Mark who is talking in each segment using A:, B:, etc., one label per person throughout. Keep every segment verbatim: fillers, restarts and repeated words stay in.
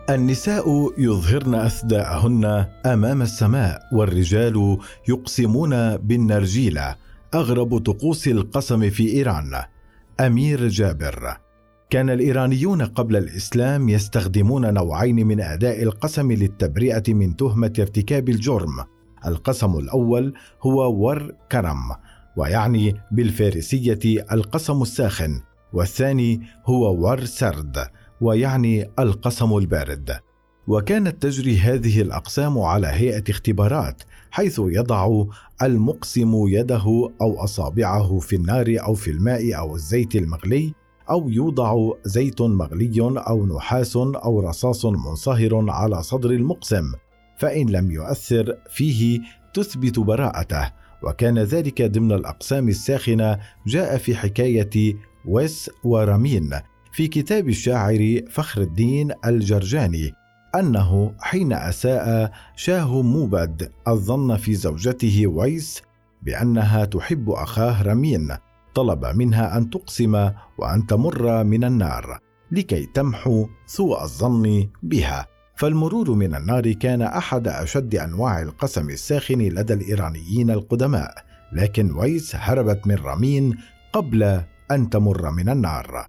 A: النساء يظهرن أثداءهن أمام السماء، والرجال يقسمون بالنرجيلة. أغرب طقوس القسم في إيران. أمير جابر. كان الإيرانيون قبل الإسلام يستخدمون نوعين من أداء القسم للتبرئة من تهمة ارتكاب الجرم. القسم الأول هو ور كرم، ويعني بالفارسية القسم الساخن، والثاني هو ور سرد، ويعني القسم البارد. وكانت تجري هذه الأقسام على هيئة اختبارات، حيث يضع المقسم يده أو أصابعه في النار أو في الماء أو الزيت المغلي، أو يوضع زيت مغلي أو نحاس أو رصاص منصهر على صدر المقسم، فإن لم يؤثر فيه تثبت براءته. وكان ذلك ضمن الأقسام الساخنة. جاء في حكاية ويس ورامين في كتاب الشاعر فخر الدين الجرجاني أنه حين أساء شاه موبد الظن في زوجته ويس بأنها تحب أخاه رامين، طلب منها أن تقسم وأن تمر من النار لكي تمحو سوء الظن بها. فالمرور من النار كان أحد أشد أنواع القسم الساخن لدى الإيرانيين القدماء، لكن ويس هربت من رامين قبل أن تمر من النار.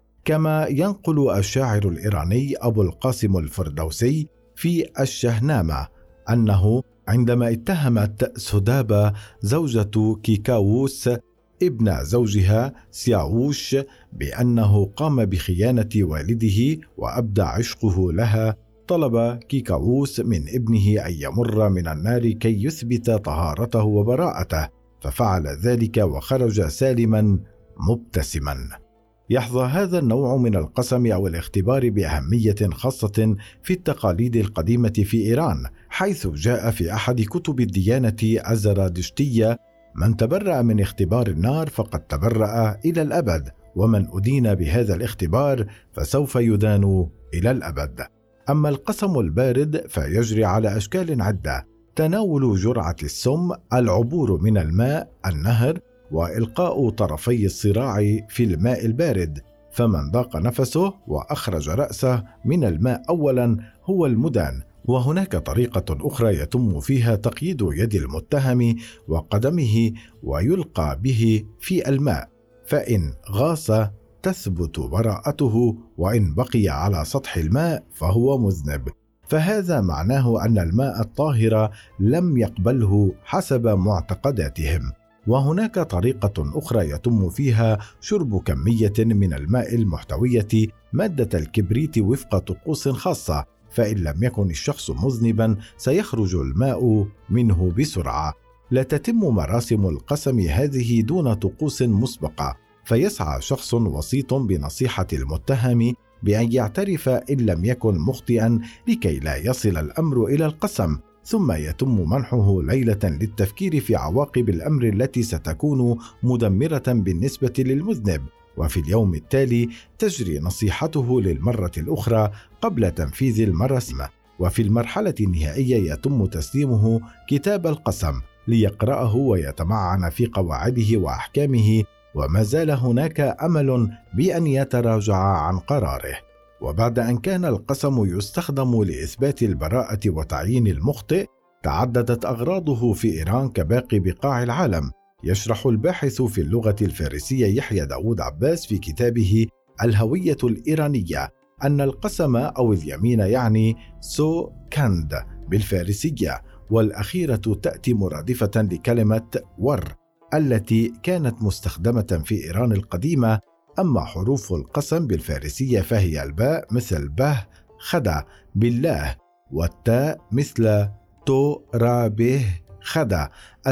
A: كما ينقل الشاعر الإيراني أبو القاسم الفردوسي في الشهنامة أنه عندما اتهمت سدابة زوجة كيكاووس ابن زوجها سياووش بأنه قام بخيانة والده وأبدى عشقه لها، طلب كيكاووس من ابنه أن يمر من النار كي يثبت طهارته وبراءته، ففعل ذلك وخرج سالما مبتسما. يحظى هذا النوع من القسم أو الاختبار بأهمية خاصة في التقاليد القديمة في إيران، حيث جاء في أحد كتب الديانة الزرادشتية: من تبرأ من اختبار النار فقد تبرأ إلى الأبد، ومن أدين بهذا الاختبار فسوف يدان إلى الأبد. أما القسم البارد فيجري على أشكال عدة: تناول جرعة السم، العبور من الماء النهر، وإلقاء طرفي الصراع في الماء البارد، فمن ضاق نفسه وأخرج رأسه من الماء أولا هو المدان. وهناك طريقة أخرى يتم فيها تقييد يد المتهم وقدمه ويلقى به في الماء، فإن غاص تثبت براءته، وإن بقي على سطح الماء فهو مذنب. فهذا معناه أن الماء الطاهر لم يقبله حسب معتقداتهم. وهناك طريقة أخرى يتم فيها شرب كمية من الماء المحتوية مادة الكبريت وفق طقوس خاصة، فإن لم يكن الشخص مذنبا سيخرج الماء منه بسرعة. لا تتم مراسم القسم هذه دون طقوس مسبقة، فيسعى شخص وسيط بنصيحة المتهم بأن يعترف إن لم يكن مخطئا لكي لا يصل الأمر إلى القسم، ثم يتم منحه ليلة للتفكير في عواقب الأمر التي ستكون مدمرة بالنسبة للمذنب، وفي اليوم التالي تجري نصيحته للمرة الأخرى قبل تنفيذ المراسم. وفي المرحلة النهائية يتم تسليمه كتاب القسم ليقرأه ويتمعن في قواعده وأحكامه، وما زال هناك أمل بأن يتراجع عن قراره. وبعد أن كان القسم يستخدم لإثبات البراءة وتعيين المخطئ، تعددت أغراضه في إيران كباقي بقاع العالم. يشرح الباحث في اللغة الفارسية يحيى داود عباس في كتابه الهوية الإيرانية أن القسم أو اليمين يعني سو كاند بالفارسية، والأخيرة تأتي مرادفة لكلمة ور التي كانت مستخدمة في إيران القديمة. أما حروف القسم بالفارسية فهي الباء مثل به خدا بالله، والتاء مثل تو را به خدا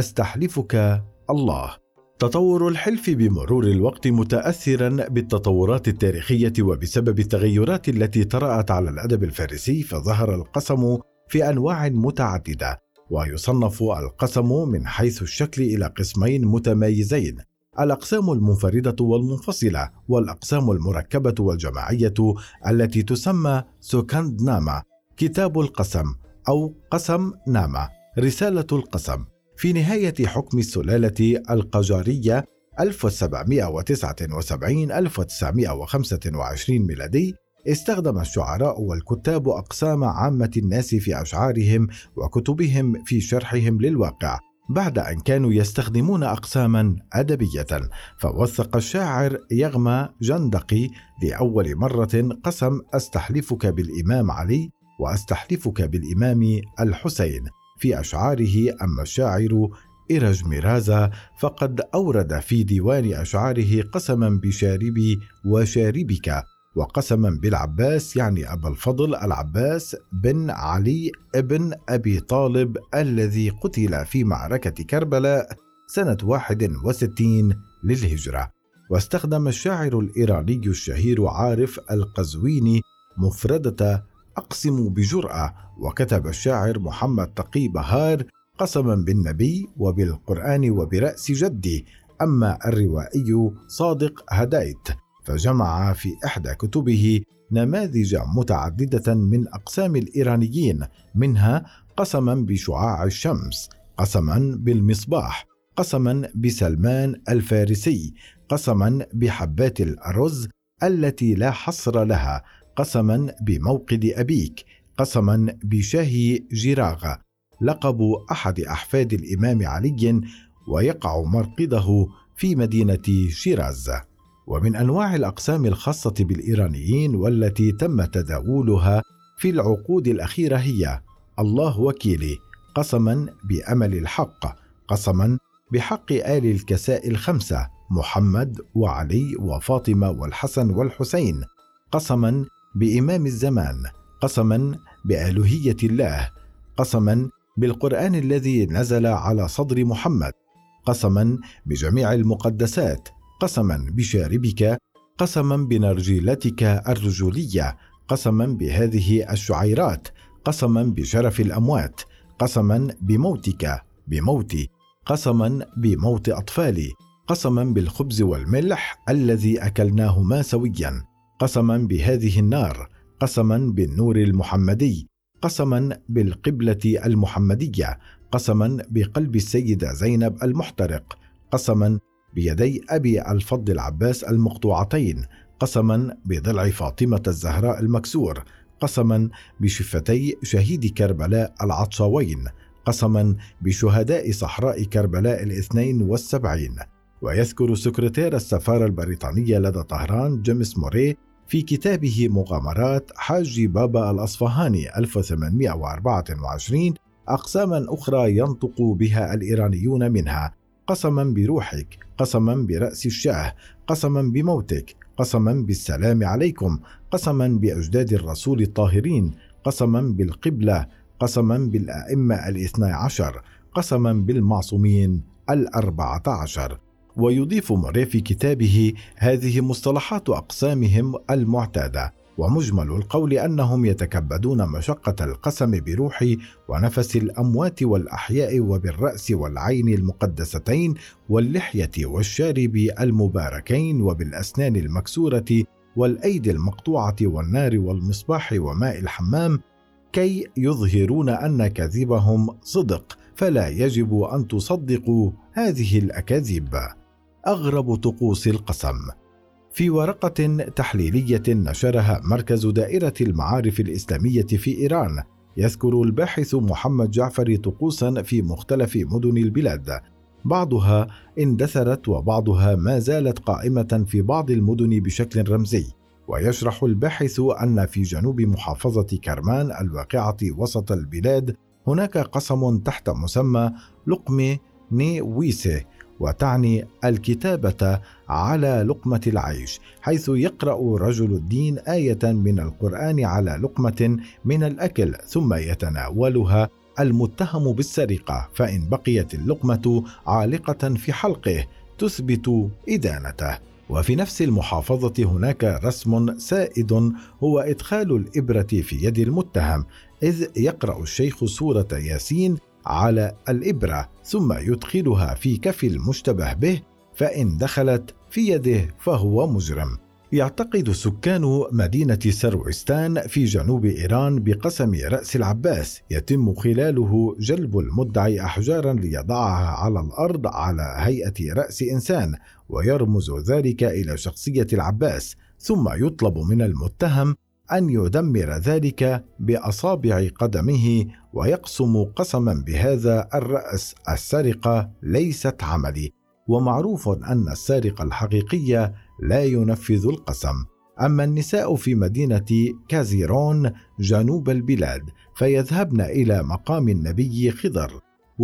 A: أستحلفك الله. تطور الحلف بمرور الوقت متأثرا بالتطورات التاريخية وبسبب التغيرات التي طرأت على الأدب الفارسي، فظهر القسم في أنواع متعددة، ويصنف القسم من حيث الشكل إلى قسمين متميزين: الأقسام المنفردة والمنفصلة، والأقسام المركبة والجماعية التي تسمى سوكاند ناما، كتاب القسم أو قسم ناما، رسالة القسم. في نهاية حكم السلالة القجارية ألف وسبعمائة وتسعة وسبعين إلى ألف وتسعمائة وخمسة وعشرين ميلادي، استخدم الشعراء والكتاب أقسام عامة الناس في أشعارهم وكتبهم في شرحهم للواقع، بعد أن كانوا يستخدمون أقساما أدبية. فوثق الشاعر يغمى جندقي لأول مرة قسم أستحلفك بالإمام علي وأستحلفك بالإمام الحسين في أشعاره. أما الشاعر إرج ميرازا فقد أورد في ديوان أشعاره قسما بشاربي وشاربك، وقسما بالعباس يعني أبا الفضل العباس بن علي ابن أبي طالب الذي قتل في معركة كربلاء سنة واحد وستين للهجرة. واستخدم الشاعر الإيراني الشهير عارف القزويني مفردة أقسم بجرأة، وكتب الشاعر محمد تقي بهار قسما بالنبي وبالقرآن وبرأس جدي. أما الروائي صادق هدايت فجمع في إحدى كتبه نماذج متعددة من أقسام الإيرانيين، منها قسما بشعاع الشمس، قسما بالمصباح، قسما بسلمان الفارسي، قسما بحبات الأرز التي لا حصر لها، قسما بموقد أبيك، قسما بشاهي جراغ لقب أحد أحفاد الإمام علي ويقع مرقده في مدينة شيراز. ومن أنواع الأقسام الخاصة بالإيرانيين والتي تم تداولها في العقود الأخيرة هي الله وكيلي، قسما بأمل الحق، قسما بحق آل الكساء الخمسة محمد وعلي وفاطمة والحسن والحسين، قسما بإمام الزمان، قسما بألوهية الله، قسما بالقرآن الذي نزل على صدر محمد، قسما بجميع المقدسات، قسما بشاربك، قسما بنرجيلتك الرجولية، قسما بهذه الشعيرات، قسما بشرف الأموات، قسما بموتك بموتي، قسما بموت أطفالي، قسما بالخبز والملح الذي أكلناهما سويا، قسما بهذه النار، قسما بالنور المحمدي، قسما بالقبلة المحمدية، قسما بقلب السيدة زينب المحترق، قسما بيدي أبي الفضل العباس المقطوعتين، قسما بضلع فاطمة الزهراء المكسور، قسما بشفتي شهيد كربلاء العطشاوين، قسما بشهداء صحراء كربلاء الاثنين والسبعين. ويذكر سكرتير السفارة البريطانية لدى طهران جيمس موري في كتابه مغامرات حاج بابا الأصفهاني ألف وثمانمائة وأربعة وعشرين أقساما أخرى ينطق بها الإيرانيون، منها قسما بروحك، قسما برأس الشاه، قسما بموتك، قسما بالسلام عليكم، قسما بأجداد الرسول الطاهرين، قسما بالقبلة، قسما بالأئمة الاثنى عشر، قسما بالمعصومين الأربعة عشر. ويضيف موري في كتابه هذه مصطلحات أقسامهم المعتادة، ومجمل القول أنهم يتكبدون مشقة القسم بروح ونفس الأموات والأحياء وبالرأس والعين المقدستين واللحية والشارب المباركين وبالأسنان المكسورة والأيدي المقطوعة والنار والمصباح وماء الحمام، كي يظهرون أن كذبهم صدق، فلا يجب أن تصدقوا هذه الأكاذيب. أغرب طقوس القسم. في ورقة تحليلية نشرها مركز دائرة المعارف الإسلامية في إيران، يذكر الباحث محمد جعفر طقوسا في مختلف مدن البلاد، بعضها اندثرت وبعضها ما زالت قائمة في بعض المدن بشكل رمزي. ويشرح الباحث أن في جنوب محافظة كرمان الواقعة وسط البلاد هناك قسم تحت مسمى لقمة نيويسه، وتعني الكتابة على لقمة العيش، حيث يقرأ رجل الدين آية من القرآن على لقمة من الأكل ثم يتناولها المتهم بالسرقة، فإن بقيت اللقمة عالقة في حلقه تثبت إدانته. وفي نفس المحافظة هناك رسم سائد هو إدخال الإبرة في يد المتهم، إذ يقرأ الشيخ سورة ياسين على الإبرة ثم يدخلها في كف المشتبه به، فإن دخلت في يده فهو مجرم. يعتقد سكان مدينة سروستان في جنوب إيران بقسم رأس العباس يتم خلاله جلب المدعي أحجارا ليضعها على الأرض على هيئة رأس إنسان، ويرمز ذلك إلى شخصية العباس، ثم يطلب من المتهم أن يدمر ذلك بأصابع قدمه ويقسم قسما بهذا الرأس: السرقة ليست عملي. ومعروف أن السارق الحقيقي لا ينفذ القسم. أما النساء في مدينة كازيرون جنوب البلاد فيذهبن إلى مقام النبي خضر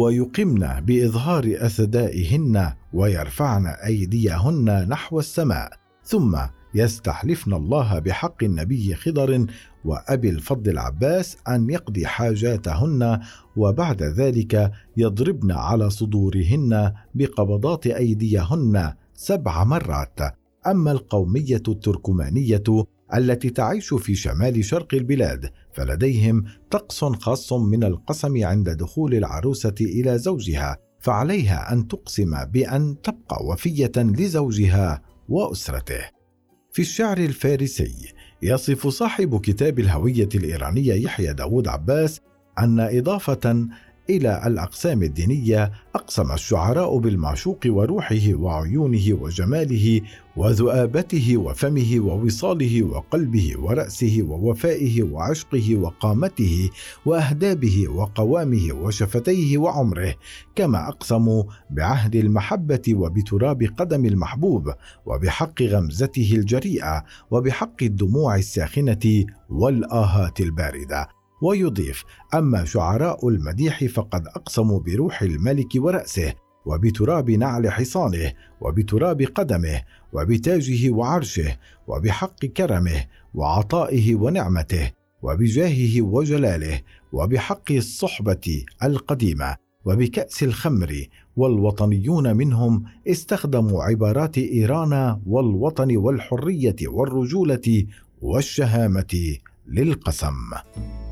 A: ويقمن بإظهار أثدائهن ويرفعن أيديهن نحو السماء، ثم يستحلفن الله بحق النبي خضر وأبي الفضل العباس أن يقضي حاجاتهن، وبعد ذلك يضربن على صدورهن بقبضات أيديهن سبع مرات. أما القومية التركمانية التي تعيش في شمال شرق البلاد فلديهم طقس خاص من القسم عند دخول العروسة إلى زوجها، فعليها أن تقسم بأن تبقى وفية لزوجها وأسرته. في الشعر الفارسي يصف صاحب كتاب الهوية الإيرانية يحيى داود عباس أن إضافة إلى الأقسام الدينية أقسم الشعراء بالمعشوق وروحه وعيونه وجماله وذؤابته وفمه ووصاله وقلبه ورأسه ووفائه وعشقه وقامته وأهدابه وقوامه وشفتيه وعمره، كما أقسموا بعهد المحبة وبتراب قدم المحبوب وبحق غمزته الجريئة وبحق الدموع الساخنة والآهات الباردة. ويضيف: أما شعراء المديح فقد أقسموا بروح الملك ورأسه وبتراب نعل حصانه وبتراب قدمه وبتاجه وعرشه وبحق كرمه وعطائه ونعمته وبجاهه وجلاله وبحق الصحبة القديمة وبكأس الخمر، والوطنيون منهم استخدموا عبارات إيران والوطن والحرية والرجولة والشهامة للقسم.